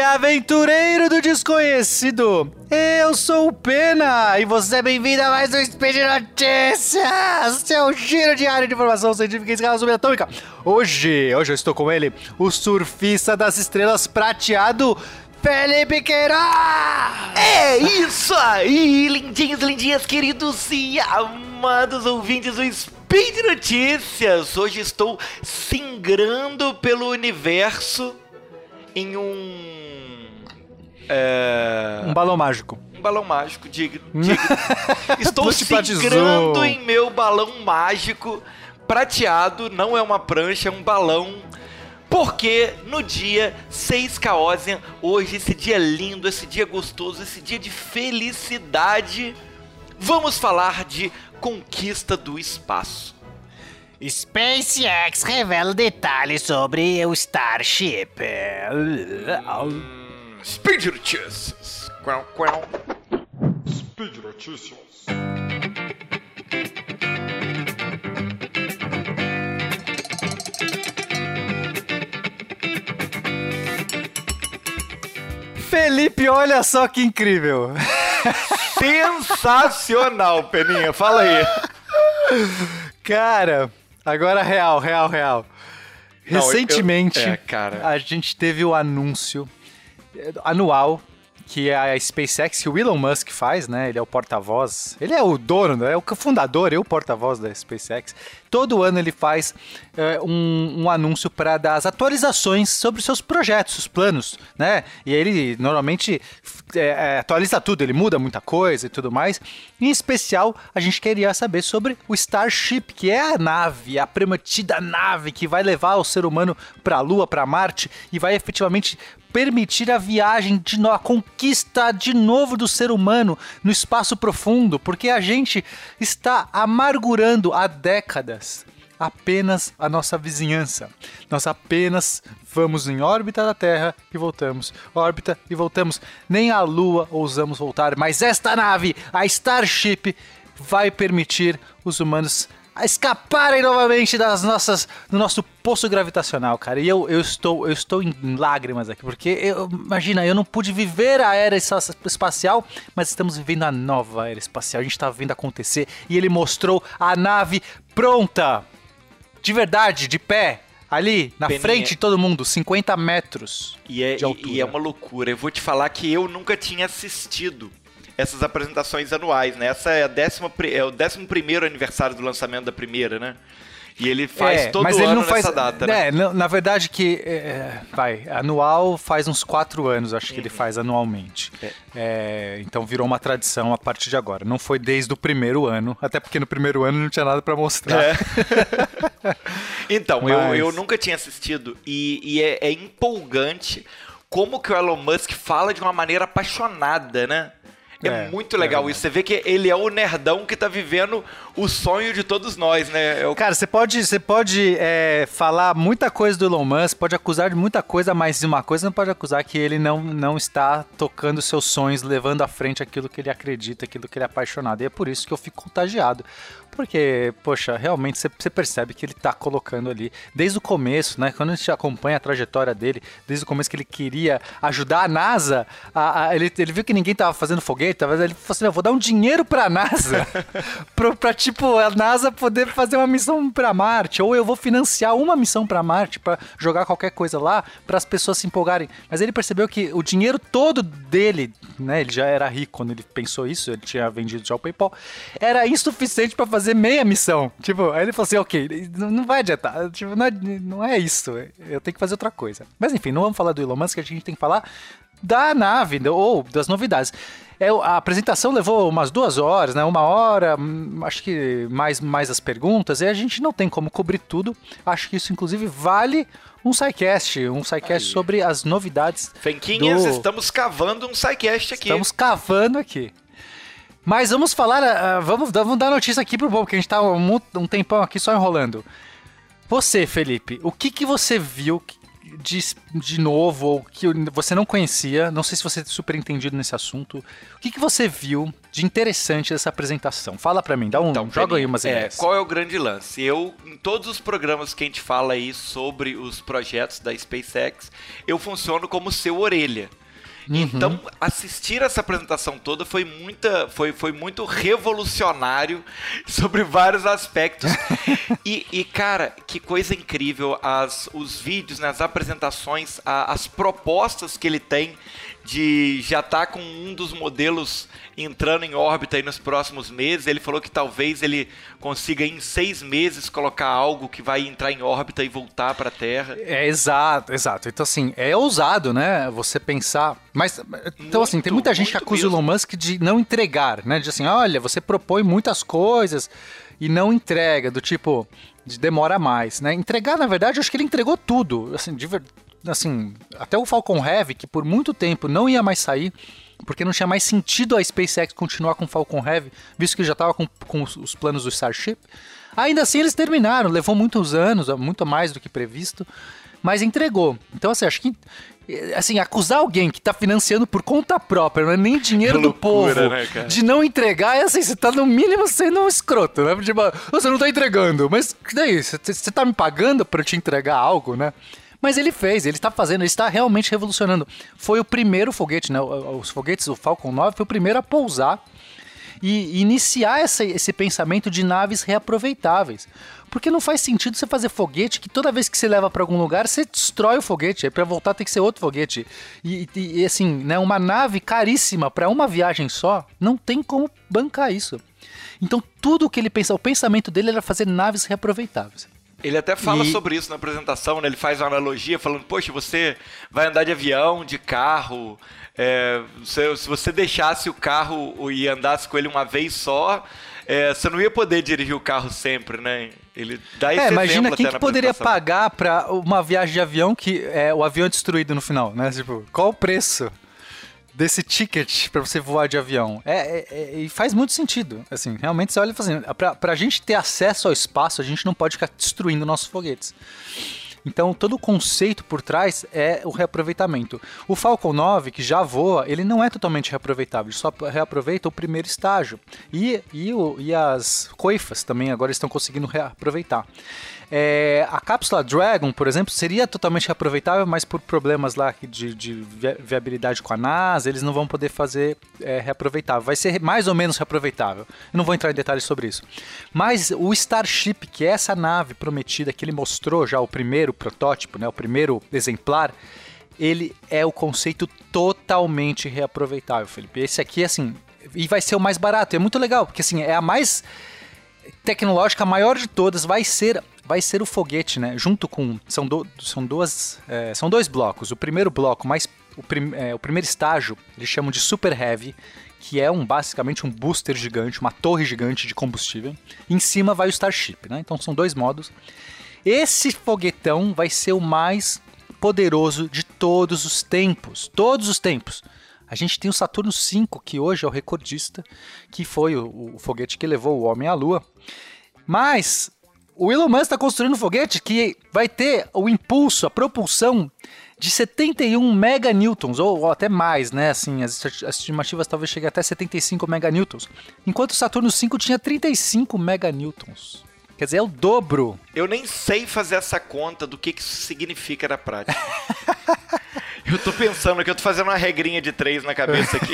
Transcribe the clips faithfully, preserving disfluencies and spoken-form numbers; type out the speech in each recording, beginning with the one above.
Aventureiro do Desconhecido, eu sou o Pena e você é bem-vindo a mais um Speed Notícias, seu giro diário de informação científica em escala subatômica. Hoje, hoje eu estou com ele, o surfista das estrelas prateado, Felipe Queiroz! É isso aí, lindinhos, lindinhas, queridos e amados ouvintes do Speed Notícias. Hoje estou singrando pelo universo em um... É... Um balão mágico. Um balão mágico, digno, digno. Estou Multiplatizou. singrando em meu balão mágico prateado, não é uma prancha, é um balão... Porque no dia seis Caosian, hoje, esse dia lindo, esse dia gostoso, esse dia de felicidade, vamos falar de conquista do espaço. SpaceX revela detalhes sobre o Starship. Hum, Speed Notícias. Qual, qual? Speed Notícias. Felipe, olha só que incrível! Sensacional, Peninha, fala aí. Cara, agora real, real, real. Não, Recentemente, eu, eu, é, cara. a gente teve o anúncio anual que é a SpaceX, que o Elon Musk faz, né? Ele é o porta-voz, ele é o dono, né? É o fundador, é o porta-voz da SpaceX. Todo ano ele faz é, um, um anúncio para dar as atualizações sobre os seus projetos, os planos, né? E ele normalmente é, é, atualiza tudo, ele muda muita coisa e tudo mais. Em especial, a gente queria saber sobre o Starship, que é a nave, a prometida nave que vai levar o ser humano para a Lua, para Marte e vai efetivamente permitir a viagem, de no... a conquista de novo do ser humano no espaço profundo, porque a gente está amargurando há décadas apenas a nossa vizinhança. Nós apenas vamos em órbita da Terra e voltamos, órbita e voltamos. Nem a Lua ousamos voltar, mas esta nave, a Starship, vai permitir os humanos a escaparem novamente das nossas, do nosso poço gravitacional, cara. E eu, eu, estou, eu estou em lágrimas aqui, porque, eu, imagina, eu não pude viver a era espacial, mas estamos vivendo a nova era espacial. A gente está vendo acontecer e ele mostrou a nave pronta, de verdade, de pé, ali, na Peninha. frente de todo mundo, cinquenta metros E é, de altura. e, e é uma loucura. Eu vou te falar que eu nunca tinha assistido essas apresentações anuais, né? Essa é, a décima, é o décimo primeiro aniversário do lançamento da primeira, né? E ele faz é, todo mas ano ele não nessa faz, data, né? É, na, na verdade que, é, vai, anual faz uns quatro anos, acho que uhum. ele faz anualmente. É. É, então virou uma tradição a partir de agora. Não foi desde o primeiro ano, até porque no primeiro ano não tinha nada pra mostrar. É. Então, mas... eu, eu nunca tinha assistido e, e é, é empolgante como que o Elon Musk fala de uma maneira apaixonada, né? É, é muito legal é isso. Você vê que ele é o nerdão que tá vivendo o sonho de todos nós, né? É o... Cara, você pode, você pode é, falar muita coisa do Elon Musk, pode acusar de muita coisa, mas uma coisa não pode acusar que ele não, não está tocando seus sonhos, levando à frente aquilo que ele acredita, aquilo que ele é apaixonado. E é por isso que eu fico contagiado. Porque, poxa, realmente você percebe que ele tá colocando ali, desde o começo, né? Quando a gente acompanha a trajetória dele, desde o começo que ele queria ajudar a NASA, a, a, ele, ele viu que ninguém tava fazendo foguete, talvez ele falou assim, eu vou dar um dinheiro pra NASA, pra, pra, tipo, a NASA poder fazer uma missão pra Marte, ou eu vou financiar uma missão pra Marte, pra jogar qualquer coisa lá, para as pessoas se empolgarem. Mas ele percebeu que o dinheiro todo dele, né? Ele já era rico quando ele pensou isso, ele tinha vendido já o PayPal, era insuficiente pra fazer meia missão. Tipo, aí ele falou assim, ok, não vai adiantar. Tipo, não é, não é isso. Eu tenho que fazer outra coisa. Mas enfim, não vamos falar do Elon Musk, a gente tem que falar da nave, ou das novidades. É, a apresentação levou umas duas horas, né? Uma hora, acho que mais, mais as perguntas, e a gente não tem como cobrir tudo. Acho que isso, inclusive, vale um SciCast, um SciCast Aí. sobre as novidades. Fenquinhas, do... estamos cavando um SciCast aqui. Estamos cavando aqui. Mas vamos falar, uh, vamos, vamos dar notícia aqui pro povo, porque a gente tá um, um tempão aqui só enrolando. Você, Felipe, o que que você viu de, de novo, ou que você não conhecia, não sei se você é super entendido nesse assunto, o que, que você viu de interessante dessa apresentação? Fala pra mim, dá um, Então, joga aí umas é, ideias. qual é o grande lance? Eu, em todos os programas que a gente fala aí sobre os projetos da SpaceX, eu funciono como seu orelha. Então, assistir essa apresentação toda foi, muita, foi, foi muito revolucionário sobre vários aspectos. e, e, cara, que coisa incrível. As, os vídeos, né, as apresentações, a, as propostas que ele tem de já estar tá com um dos modelos entrando em órbita aí nos próximos meses. Ele falou que talvez ele consiga em seis meses colocar algo que vai entrar em órbita e voltar para a Terra. É, exato, exato. Então, assim, é ousado, né, você pensar... Mas, então, Muito, assim, tem muita gente que acusa mesmo. o Elon Musk de não entregar, né, de assim, olha, você propõe muitas coisas e não entrega, do tipo, de demora mais, né. Entregar, na verdade, eu acho que ele entregou tudo, assim, de verdade. Assim, até o Falcon Heavy, que por muito tempo não ia mais sair, porque não tinha mais sentido a SpaceX continuar com o Falcon Heavy, visto que já estava com, com os, os planos do Starship. Ainda assim eles terminaram, levou muitos anos, muito mais do que previsto, mas entregou. Então, assim, acho que assim, acusar alguém que está financiando por conta própria, não é nem dinheiro Que do loucura, povo, né, cara? de não entregar, é assim, você tá no mínimo sendo um escroto, né? Tipo, você não tá entregando, mas que daí? Você, você tá me pagando para eu te entregar algo, né? Mas ele fez, ele está fazendo, ele está realmente revolucionando. Foi o primeiro foguete, né? Os foguetes, o Falcon nove, foi o primeiro a pousar e iniciar essa, esse pensamento de naves reaproveitáveis. Porque não faz sentido você fazer foguete que toda vez que você leva para algum lugar, você destrói o foguete. Aí para voltar tem que ser outro foguete. E, e, e assim, né? Uma nave caríssima para uma viagem só, não tem como bancar isso. Então tudo o que ele pensa, o pensamento dele era fazer naves reaproveitáveis. Ele até fala E- sobre isso na apresentação, né? Ele faz uma analogia falando, poxa, você vai andar de avião, de carro, é, se, se você deixasse o carro e andasse com ele uma vez só, é, você não ia poder dirigir o carro sempre, né? Ele dá esse É, imagina exemplo quem até que na poderia apresentação. pagar pra uma viagem de avião que é, o avião é destruído no final, né? Tipo, qual o preço desse ticket pra você voar de avião? É, é- é- e faz muito sentido, assim, realmente você olha e fala assim, pra, pra gente ter acesso ao espaço, a gente não pode ficar destruindo nossos foguetes. Então, todo o conceito por trás é o reaproveitamento. O Falcon nove, que já voa, ele não é totalmente reaproveitável, ele só reaproveita o primeiro estágio. E, e, o, e as coifas também agora estão conseguindo reaproveitar. É, a cápsula Dragon, por exemplo, seria totalmente reaproveitável, mas por problemas lá de, de vi- viabilidade com a NASA, eles não vão poder fazer é, reaproveitável. Vai ser mais ou menos reaproveitável. Eu não vou entrar em detalhes sobre isso. Mas o Starship, que é essa nave prometida que ele mostrou já, o primeiro protótipo, né, o primeiro exemplar, ele é o conceito totalmente reaproveitável, Felipe. Esse aqui, assim, e vai ser o mais barato. É muito legal, porque assim, é a mais tecnológica, a maior de todas, vai ser, vai ser o foguete, né? Junto com, são, do, são duas, é, são dois blocos. O primeiro bloco, mais o, prim, é, o primeiro estágio, eles chamam de Super Heavy, que é um basicamente um booster gigante, uma torre gigante de combustível. Em cima vai o Starship, né? Então são dois modos. Esse foguetão vai ser o mais poderoso de todos os tempos, todos os tempos. A gente tem o Saturno cinco, que hoje é o recordista, que foi o, o foguete que levou o homem à Lua. Mas o Elon Musk está construindo um foguete que vai ter o impulso, a propulsão de setenta e um meganewtons, ou, ou até mais, né? Assim, as, as estimativas talvez cheguem até setenta e cinco meganewtons, enquanto o Saturno cinco tinha trinta e cinco meganewtons. Quer dizer, é o dobro. Eu nem sei fazer essa conta do que, que isso significa na prática. Eu tô pensando que eu tô fazendo uma regrinha de três na cabeça aqui.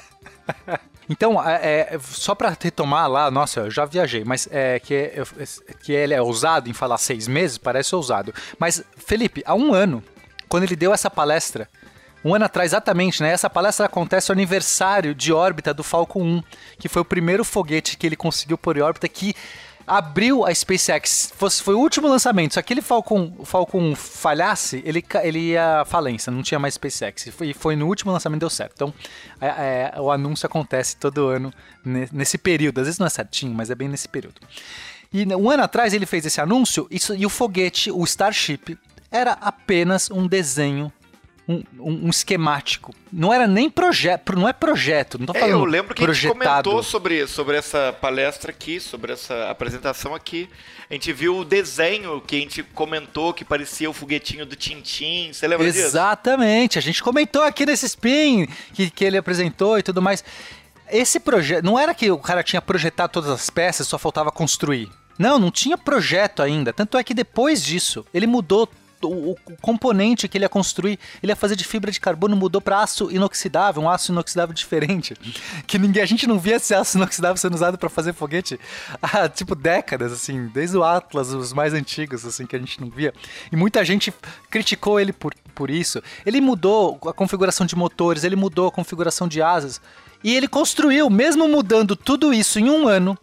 Então, é, é, só para retomar lá, nossa, eu já viajei, mas é, que, é, que ele é ousado em falar seis meses, parece ousado. Mas, Felipe, há um ano, quando ele deu essa palestra, um ano atrás exatamente, né? Essa palestra acontece no aniversário de órbita do Falcon um, que foi o primeiro foguete que ele conseguiu pôr em órbita, que abriu a SpaceX, fosse, foi o último lançamento. Se aquele Falcon, o Falcon um falhasse, ele, ca- ele ia à falência, não tinha mais SpaceX. E foi, e foi no último lançamento, deu certo. Então, é, é, o anúncio acontece todo ano ne- nesse período. Às vezes não é certinho, mas é bem nesse período. E um ano atrás ele fez esse anúncio, isso, e o foguete, o Starship, era apenas um desenho um, um, um esquemático. Não era nem projeto, não é projeto, não tô É, falando eu lembro que projetado. a gente comentou sobre, sobre essa palestra aqui, sobre essa apresentação aqui. A gente viu o desenho que a gente comentou, que parecia o foguetinho do Tintin. Você lembra disso? Exatamente, a gente comentou aqui nesse spin que, que ele apresentou e tudo mais. Esse projeto, não era que o cara tinha projetado todas as peças, só faltava construir. Não, não tinha projeto ainda. Tanto é que depois disso, ele mudou o, o componente que ele ia construir, ele ia fazer de fibra de carbono, mudou para aço inoxidável, um aço inoxidável diferente, que ninguém, a gente não via esse aço inoxidável sendo usado para fazer foguete há, tipo, décadas, assim, desde o Atlas, os mais antigos, assim, que a gente não via. E muita gente criticou ele por, por isso. Ele mudou a configuração de motores, ele mudou a configuração de asas, e ele construiu, mesmo mudando tudo isso em um ano,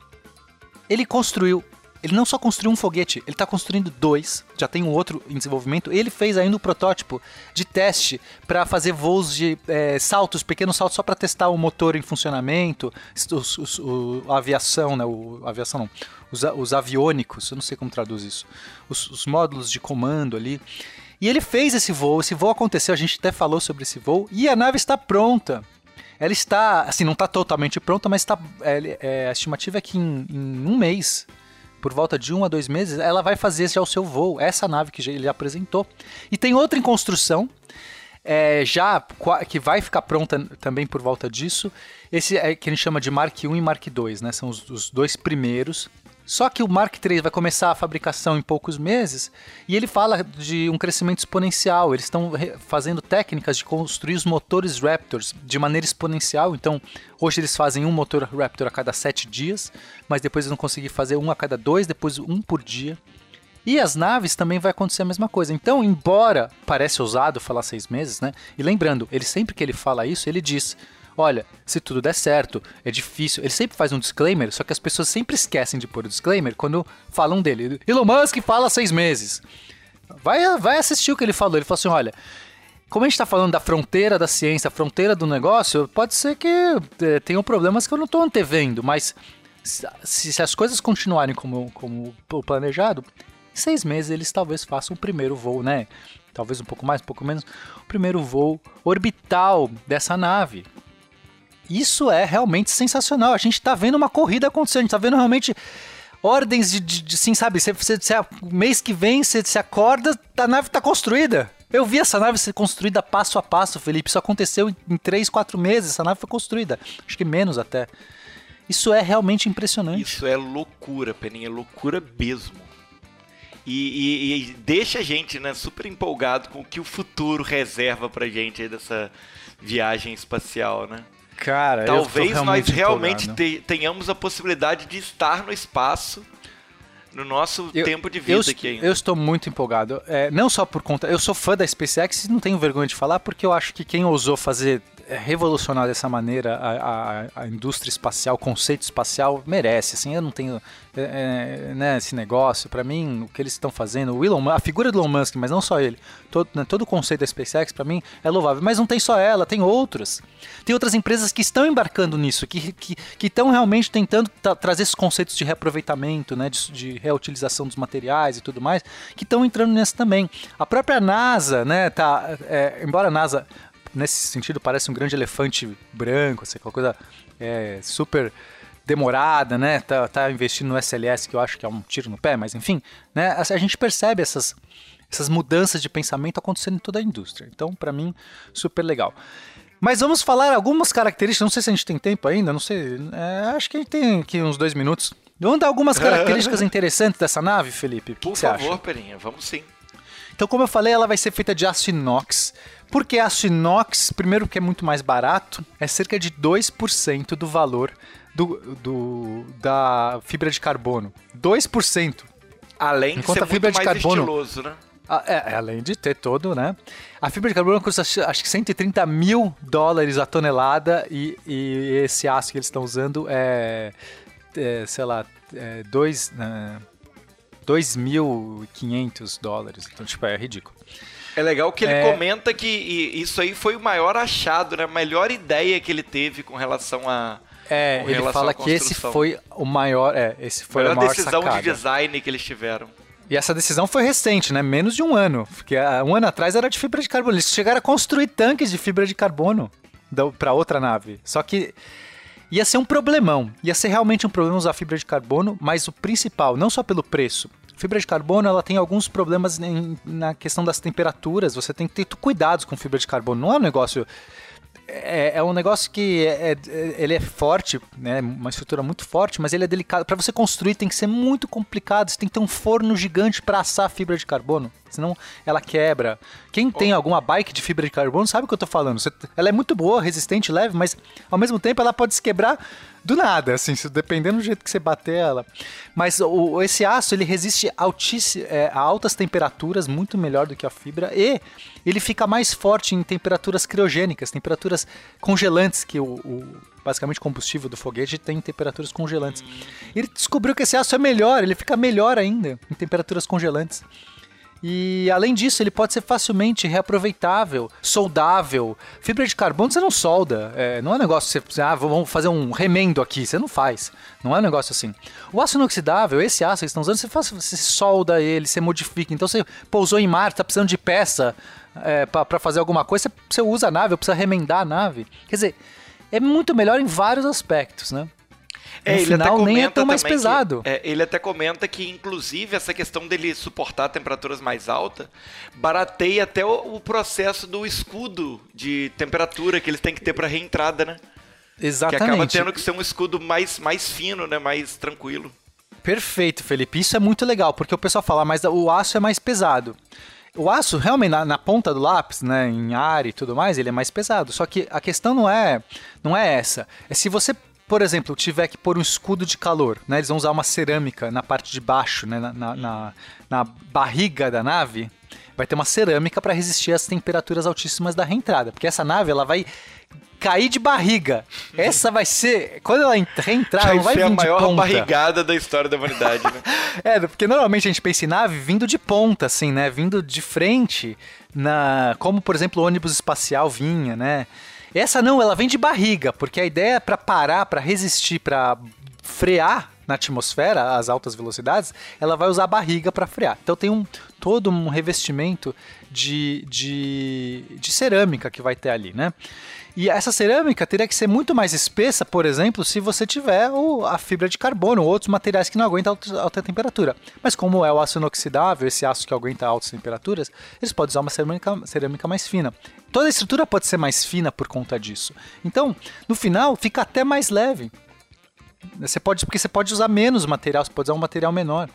ele construiu. Ele não só construiu um foguete, ele está construindo dois, já tem um outro em desenvolvimento. Ele fez ainda um protótipo de teste para fazer voos de é, saltos, pequenos saltos, só para testar o motor em funcionamento, os, os, o, a aviação, né? O, a aviação não, os, os aviônicos, eu não sei como traduz isso, os, os módulos de comando ali. E ele fez esse voo, esse voo aconteceu, a gente até falou sobre esse voo, e a nave está pronta. Ela está, assim, não está totalmente pronta, mas está, é, é, a estimativa é que em, em um mês, por volta de um a dois meses, ela vai fazer já o seu voo, essa nave que ele apresentou. E tem outra em construção, é, já que vai ficar pronta também por volta disso. Esse é que a gente chama de Mark um e Mark dois, né? São os, os dois primeiros. Só que o Mark três vai começar a fabricação em poucos meses e ele fala de um crescimento exponencial. Eles estão fazendo técnicas de construir os motores Raptors de maneira exponencial. Então, hoje eles fazem um motor Raptor a cada sete dias, mas depois eles vão conseguir fazer um a cada dois, depois um por dia. E as naves também vai acontecer a mesma coisa. Então, embora parece ousado falar seis meses, né? E lembrando, ele sempre que ele fala isso, ele diz: olha, se tudo der certo, é difícil. Ele sempre faz um disclaimer, só que as pessoas sempre esquecem de pôr o disclaimer quando falam dele. Elon Musk fala seis meses. Vai, vai assistir o que ele falou. Ele falou assim, olha, como a gente está falando da fronteira da ciência, a fronteira do negócio, pode ser que é, tenham problemas que eu não estou antevendo, mas se, se as coisas continuarem como, como planejado, em seis meses eles talvez façam o primeiro voo, né? Talvez um pouco mais, um pouco menos, o primeiro voo orbital dessa nave. Isso é realmente sensacional. A gente tá vendo uma corrida acontecendo, a gente tá vendo realmente ordens de, de, de assim, sabe, você, você, você, mês que vem você se acorda, a nave tá construída. Eu vi essa nave ser construída passo a passo, Felipe. Isso aconteceu em, em três, quatro meses, essa nave foi construída. Acho que menos até. Isso é realmente impressionante. Isso é loucura, Peninha, loucura mesmo. E, e, e deixa a gente, né, super empolgado com o que o futuro reserva pra gente aí dessa viagem espacial, né? Cara, talvez eu nós realmente empolgado. te, tenhamos a possibilidade de estar no espaço no nosso eu, tempo de vida eu, aqui ainda. Eu estou muito empolgado. É, não só por conta... Eu sou fã da SpaceX e não tenho vergonha de falar, porque eu acho que quem ousou fazer, é, revolucionar dessa maneira a, a, a indústria espacial, o conceito espacial, merece. Assim, eu não tenho é, é, né, esse negócio. Para mim, o que eles estão fazendo, o Elon, a figura do Elon Musk, mas não só ele, todo, né, todo o conceito da SpaceX, para mim, é louvável. Mas não tem só ela, tem outras. Tem outras empresas que estão embarcando nisso, que que, que estão realmente tentando tra- trazer esses conceitos de reaproveitamento, né, de, de reutilização dos materiais e tudo mais, que estão entrando nessa também. A própria NASA, né, tá, é, embora a NASA, nesse sentido, parece um grande elefante branco, assim, aquela coisa é, super demorada, né, tá, tá investindo no S L S, que eu acho que é um tiro no pé, mas enfim, né, a, a gente percebe essas, essas mudanças de pensamento acontecendo em toda a indústria. Então, para mim, super legal. Mas vamos falar algumas características, não sei se a gente tem tempo ainda, não sei, é, acho que a gente tem aqui uns dois minutos. Vamos dar algumas características interessantes dessa nave, Felipe? O que Por que você favor, acha? Perinha, vamos sim. Então, como eu falei, ela vai ser feita de aço inox. Por que aço inox? Primeiro, porque é muito mais barato, é cerca de dois por cento do valor do, do, da fibra de carbono. dois por cento. Além de Enquanto ser a fibra muito de mais carbono- estiloso, né? Ah, é, além de ter todo, né? A fibra de carbono custa acho que cento e trinta mil dólares a tonelada e, e esse aço que eles estão usando é, é sei lá, é dois, né, dois mil e quinhentos dólares. Então, tipo, é ridículo. É legal que ele É. comenta que e- isso aí foi o maior achado, né? A melhor ideia que ele teve com relação a É, com ele relação fala à que esse construção. foi o maior, é, esse a foi a melhor maior decisão sacada. de design que eles tiveram. E essa decisão foi recente, né? Menos de um ano. Porque ah, um ano atrás era de fibra de carbono. Eles chegaram a construir tanques de fibra de carbono para outra nave. Só que ia ser um problemão. Ia ser realmente um problema usar fibra de carbono, mas o principal, não só pelo preço. Fibra de carbono, ela tem alguns problemas em, na questão das temperaturas. Você tem que ter cuidados com fibra de carbono. Não é um negócio... É, é um negócio que é, é, ele é forte, né? Uma estrutura muito forte, mas ele é delicado. Para você construir tem que ser muito complicado. Você tem que ter um forno gigante para assar a fibra de carbono, senão ela quebra. Quem tem alguma bike de fibra de carbono sabe o que eu tô falando. Você, ela é muito boa, resistente, leve, mas ao mesmo tempo ela pode se quebrar do nada, assim, dependendo do jeito que você bater ela. Mas o, esse aço, ele resiste altíssimo, é, a altas temperaturas, muito melhor do que a fibra, e ele fica mais forte em temperaturas criogênicas, temperaturas congelantes, que o, o basicamente o combustível do foguete tem temperaturas congelantes. E ele descobriu que esse aço é melhor, ele fica melhor ainda em temperaturas congelantes. E além disso, ele pode ser facilmente reaproveitável, soldável. Fibra de carbono você não solda, é, não é um negócio que você, ah, vamos fazer um remendo aqui, você não faz, não é um negócio assim. O aço inoxidável, esse aço que eles estão usando, você, faz, você solda ele, você modifica. Então você pousou em mar, está precisando de peça é, para fazer alguma coisa, você, você usa a nave, ou precisa remendar a nave. Quer dizer, é muito melhor em vários aspectos, né? É, no ele final até nem é tão mais que, pesado. É, ele até comenta que, inclusive, essa questão dele suportar temperaturas mais altas barateia até o, o processo do escudo de temperatura que eles têm que ter para reentrada, né? Exatamente. Que acaba tendo que ser um escudo mais, mais fino, né? Mais tranquilo. Perfeito, Felipe. Isso é muito legal, porque o pessoal fala, mas o aço é mais pesado. O aço, realmente, na, na ponta do lápis, né, em ar e tudo mais, ele é mais pesado. Só que a questão não é, não é essa. É se você, por exemplo, tiver que pôr um escudo de calor, né? Eles vão usar uma cerâmica na parte de baixo, né? Na, na, na, na barriga da nave, vai ter uma cerâmica para resistir às temperaturas altíssimas da reentrada. Porque essa nave, ela vai cair de barriga. Essa vai ser... Quando ela reentrar, ela não vai vir de ponta. Vai ser a maior barrigada da história da humanidade, né? É, porque normalmente a gente pensa em nave vindo de ponta, assim, né? Vindo de frente, na... como, por exemplo, o ônibus espacial vinha, né? Essa não, ela vem de barriga, porque a ideia é para parar, para resistir, para frear na atmosfera, às altas velocidades, ela vai usar a barriga para frear. Então tem um, todo um revestimento de, de, de cerâmica que vai ter ali, né? E essa cerâmica teria que ser muito mais espessa, por exemplo, se você tiver o, a fibra de carbono ou outros materiais que não aguentam alta, alta temperatura. Mas como é o aço inoxidável, esse aço que aguenta altas temperaturas, eles podem usar uma cerâmica, cerâmica mais fina. Toda a estrutura pode ser mais fina por conta disso. Então, no final, fica até mais leve. Você pode, porque você pode usar menos material, você pode usar um material menor.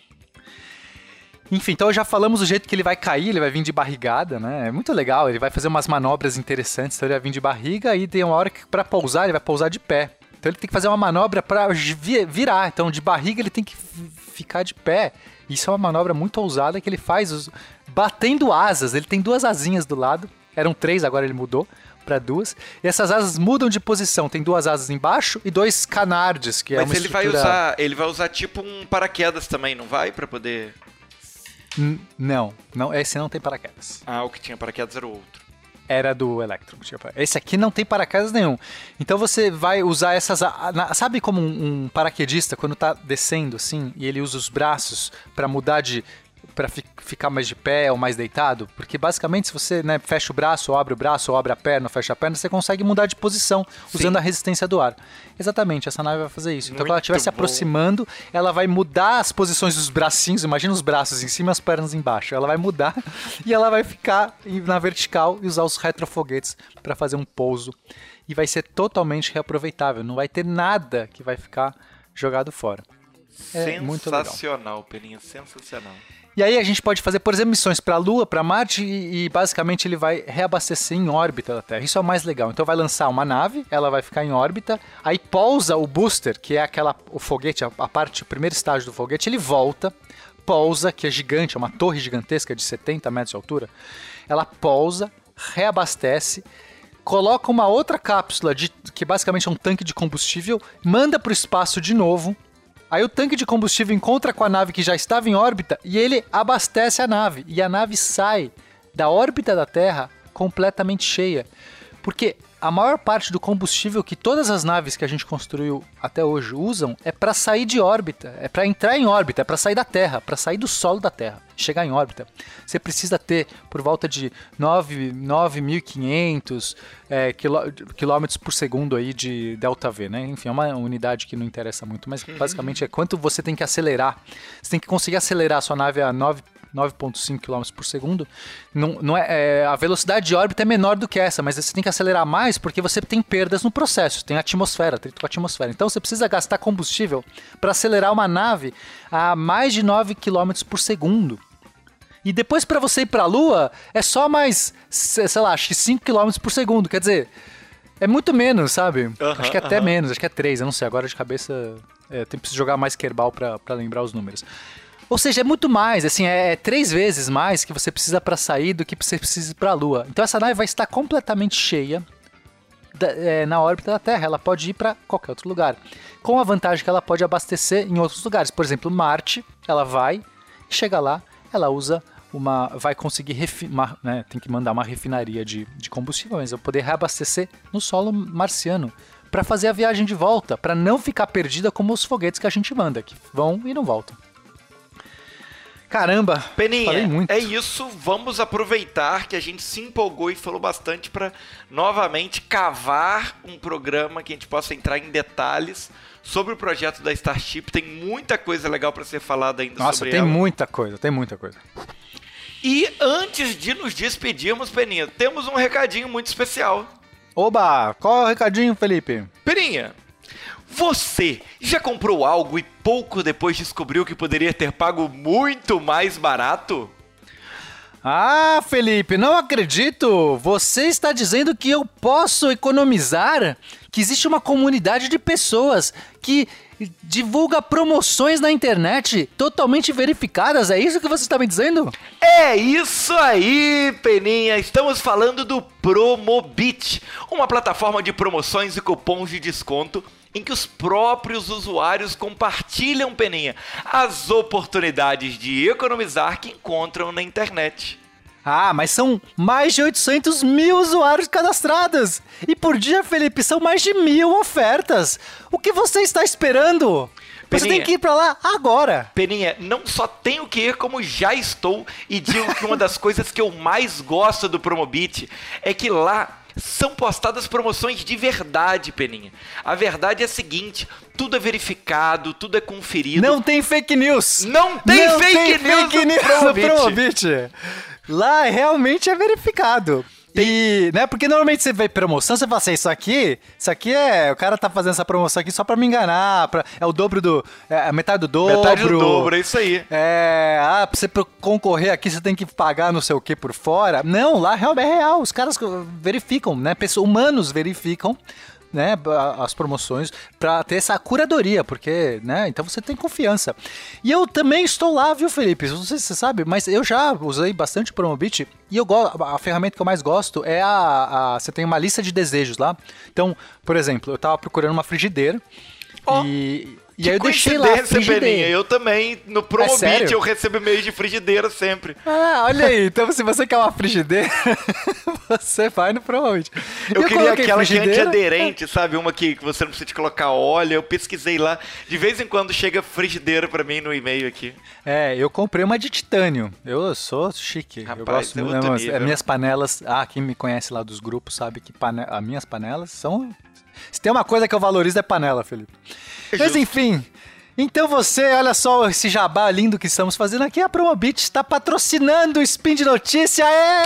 Enfim, então já falamos do jeito que ele vai cair, ele vai vir de barrigada, né? É muito legal, ele vai fazer umas manobras interessantes, então ele vai vir de barriga e tem uma hora que para pousar, ele vai pousar de pé. Então ele tem que fazer uma manobra para virar, então de barriga ele tem que ficar de pé. Isso é uma manobra muito ousada que ele faz os... batendo asas, ele tem duas asinhas do lado, eram três, agora ele mudou para duas, e essas asas mudam de posição, tem duas asas embaixo e dois canards, que Mas é uma ele estrutura... vai usar, ele vai usar tipo um paraquedas também, não vai? Para poder... N- não, não, esse não tem paraquedas. Ah, o que tinha paraquedas era o outro. Era do Electron. Esse aqui não tem paraquedas nenhum. Então você vai usar essas... Sabe como um, um paraquedista, quando tá descendo assim, e ele usa os braços para mudar de... para fi- ficar mais de pé ou mais deitado? Porque basicamente se você, né, fecha o braço, ou abre o braço, ou abre a perna, ou fecha a perna, você consegue mudar de posição usando a resistência do ar. Exatamente, essa nave vai fazer isso. Então Muito quando ela estiver se bom. aproximando, ela vai mudar as posições dos bracinhos, imagina os braços em cima e as pernas embaixo. Ela vai mudar e ela vai ficar na vertical e usar os retrofoguetes para fazer um pouso. E vai ser totalmente reaproveitável, não vai ter nada que vai ficar jogado fora. É muito legal. Sensacional, Peninha, sensacional. E aí a gente pode fazer, por exemplo, missões para a Lua, para Marte e, e basicamente ele vai reabastecer em órbita da Terra. Isso é o mais legal. Então vai lançar uma nave, ela vai ficar em órbita, aí pousa o booster, que é aquela o foguete, a, a parte, o primeiro estágio do foguete, ele volta, pousa, que é gigante, é uma torre gigantesca de setenta metros de altura. Ela pousa, reabastece, coloca uma outra cápsula, de, que basicamente é um tanque de combustível, manda para o espaço de novo. Aí o tanque de combustível encontra com a nave que já estava em órbita e ele abastece a nave. E a nave sai da órbita da Terra completamente cheia. Porque a maior parte do combustível que todas as naves que a gente construiu até hoje usam é para sair de órbita, é para entrar em órbita, é para sair da Terra, para sair do solo da Terra, chegar em órbita. Você precisa ter por volta de nove mil e quinhentos é, quilô, quilômetros por segundo aí de delta V, né? Enfim, é uma unidade que não interessa muito, mas basicamente é quanto você tem que acelerar. Você tem que conseguir acelerar a sua nave a nove vírgula cinco quilômetros por segundo. Não, não é, é, a velocidade de órbita é menor do que essa, mas você tem que acelerar mais porque você tem perdas no processo, tem atmosfera, atrito com a atmosfera. Então você precisa gastar combustível para acelerar uma nave a mais de nove quilômetros por segundo. E depois para você ir para a Lua é só mais, sei lá, acho que cinco quilômetros por segundo. Quer dizer, é muito menos, sabe? Uhum, acho que é até uhum. menos, acho que é três, eu não sei. Agora de cabeça, é, tem que jogar mais Kerbal para lembrar os números. Ou seja, é muito mais, assim, é, é três vezes mais que você precisa para sair do que você precisa para a Lua. Então essa nave vai estar completamente cheia da, é, na órbita da Terra. Ela pode ir para qualquer outro lugar. Com a vantagem que ela pode abastecer em outros lugares. Por exemplo, Marte, ela vai, chega lá, ela usa uma... vai conseguir, refi, uma, né, tem que mandar uma refinaria de, de combustível, mas vai poder reabastecer no solo marciano para fazer a viagem de volta, para não ficar perdida como os foguetes que a gente manda, que vão e não voltam. Caramba, Peninha, falei muito. É isso, vamos aproveitar que a gente se empolgou e falou bastante para novamente cavar um programa que a gente possa entrar em detalhes sobre o projeto da Starship. Tem muita coisa legal para ser falada ainda Nossa, sobre tem ela. Nossa, tem muita coisa, tem muita coisa. E antes de nos despedirmos, Peninha, temos um recadinho muito especial. Oba, qual é o recadinho, Felipe? Peninha, você já comprou algo e pouco depois descobriu que poderia ter pago muito mais barato? Ah, Felipe, não acredito! Você está dizendo que eu posso economizar? Que existe uma comunidade de pessoas que divulga promoções na internet totalmente verificadas? É isso que você está me dizendo? É isso aí, Peninha! Estamos falando do Promobit, uma plataforma de promoções e cupons de desconto em que os próprios usuários compartilham, Peninha, as oportunidades de economizar que encontram na internet. Ah, mas são mais de oitocentos mil usuários cadastrados. E por dia, Felipe, são mais de mil ofertas. O que você está esperando? Você Peninha, tem que ir pra lá agora. Peninha, não só tenho que ir, como já estou. E digo que uma das coisas que eu mais gosto do Promobit é que lá são postadas promoções de verdade, Peninha. A verdade é a seguinte, tudo é verificado, tudo é conferido. Não tem fake news. Não tem Não fake tem news, fake no news Promobit. no Promobit. Lá realmente é verificado. E, né, porque normalmente você vê promoção, você fala assim, isso aqui, isso aqui é, o cara tá fazendo essa promoção aqui só pra me enganar, pra, é o dobro do, é a metade do dobro. Metade do dobro, é isso aí. É, ah, pra você concorrer aqui, você tem que pagar não sei o que por fora. Não, lá realmente é real, os caras verificam, né, pessoas, humanos verificam, né, as promoções para ter essa curadoria, porque, né, então você tem confiança. E eu também estou lá, viu, Felipe? Não sei se você sabe, mas eu já usei bastante o Promobit e eu gosto, a ferramenta que eu mais gosto é a, a você tem uma lista de desejos lá. Então, por exemplo, eu tava procurando uma frigideira oh. e E aí eu deixei lá a frigideira. Peninha. Eu também, no Promobit, é eu recebo e-mail de frigideira sempre. Ah, olha aí. Então, se você quer uma frigideira, você vai no Promobit. Eu, eu queria aquela que é antiaderente, sabe? Uma que você não precisa de colocar óleo. Eu pesquisei lá. De vez em quando chega frigideira pra mim no e-mail aqui. É, eu comprei uma de titânio. Eu sou chique. Rapaz, eu gosto é muito. outro As nível. minhas panelas... Ah, quem me conhece lá dos grupos sabe que pane... as minhas panelas são... Se tem uma coisa que eu valorizo é panela, Felipe. É Mas justo. enfim... Então você, olha só esse jabá lindo que estamos fazendo aqui. A Promobit está patrocinando o Spin de Notícia.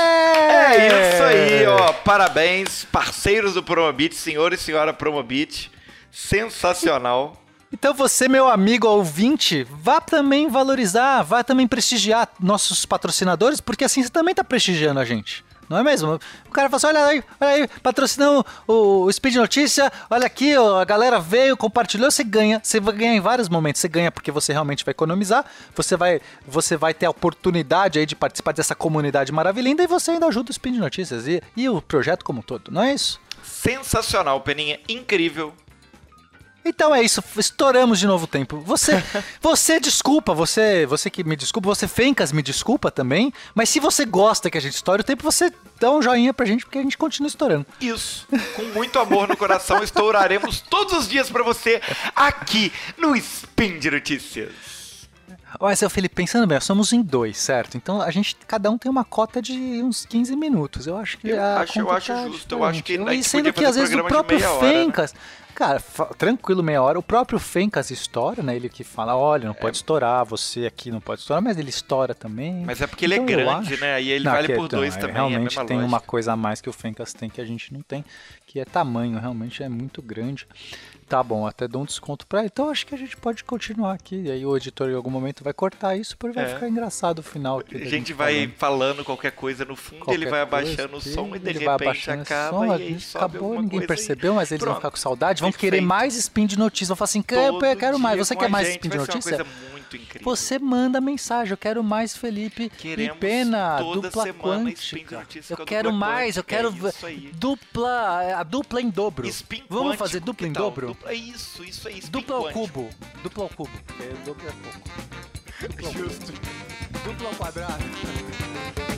É! É isso aí, ó. Parabéns, parceiros do Promobit, senhor e senhora Promobit. Sensacional. Então você, meu amigo ouvinte, vá também valorizar, vá também prestigiar nossos patrocinadores, porque assim você também está prestigiando a gente. Não é mesmo? O cara fala assim, olha aí, olha aí, patrocinamos o, o Speed Notícia, olha aqui, ó, a galera veio, compartilhou, você ganha, você vai ganhar em vários momentos, você ganha porque você realmente vai economizar, você vai, você vai ter a oportunidade aí de participar dessa comunidade maravilhosa e você ainda ajuda o Speed Notícias e, e o projeto como um todo, não é isso? Sensacional, Peninha, incrível. Então é isso, estouramos de novo o tempo. Você, você desculpa, você, você que me desculpa, você Fencas me desculpa também, mas se você gosta que a gente estoure o tempo, você dá um joinha pra gente, porque a gente continua estourando. Isso, com muito amor no coração, estouraremos todos os dias pra você aqui no Spin de Notícias. Olha, seu Felipe, pensando bem, nós somos em dois, certo? Então a gente, cada um tem uma cota de uns quinze minutos. Eu acho que Eu a acho, eu conta acho tá justo, eu acho que diferente. a E gente sendo podia que às fazer vezes o programa de próprio meia hora, né? Fencas, cara, fa- tranquilo, meia hora, o próprio Fencas estoura, né? Ele que fala, olha, não pode estourar, você aqui não pode estourar, mas ele estoura também. Mas é porque ele Então, é eu grande, acho- né? Aí ele Não, vale que- por então, dois é, também, é a Realmente mesma tem lógica. uma coisa a mais que o Fencas tem que a gente não tem, que é tamanho, realmente é muito grande. Tá bom, até dou um desconto pra ele. Então acho que a gente pode continuar aqui. E aí o editor em algum momento vai cortar isso, porque vai É. ficar engraçado o final aqui. A da gente vai falando. falando qualquer coisa no fundo, Qualquer ele vai coisa abaixando o aqui, som e de ele vai repente abaixando esse acaba som, e a aí gente sobe acabou, alguma ninguém coisa percebeu, mas eles vão pronto. ficar com saudade, vão querer Perfeito. mais spin de notícias, vão falar assim, quero, Todo eu quero mais, dia você com quer a mais gente, spin de vai ser uma notícia? coisa muito incrível. Você manda mensagem, eu quero mais Felipe Queremos e Pena, toda dupla semana spin de quântica. notícias Eu com a quero dupla mais, eu quântica, quero é isso aí. dupla, a dupla em dobro. Spin Vamos quântico, fazer dupla que em tal? dobro? Dupla, isso, isso aí, spin Dupla ao quântico. cubo, dupla ao cubo, porque dobro é pouco. Dupla ao, Justo. dupla ao quadrado.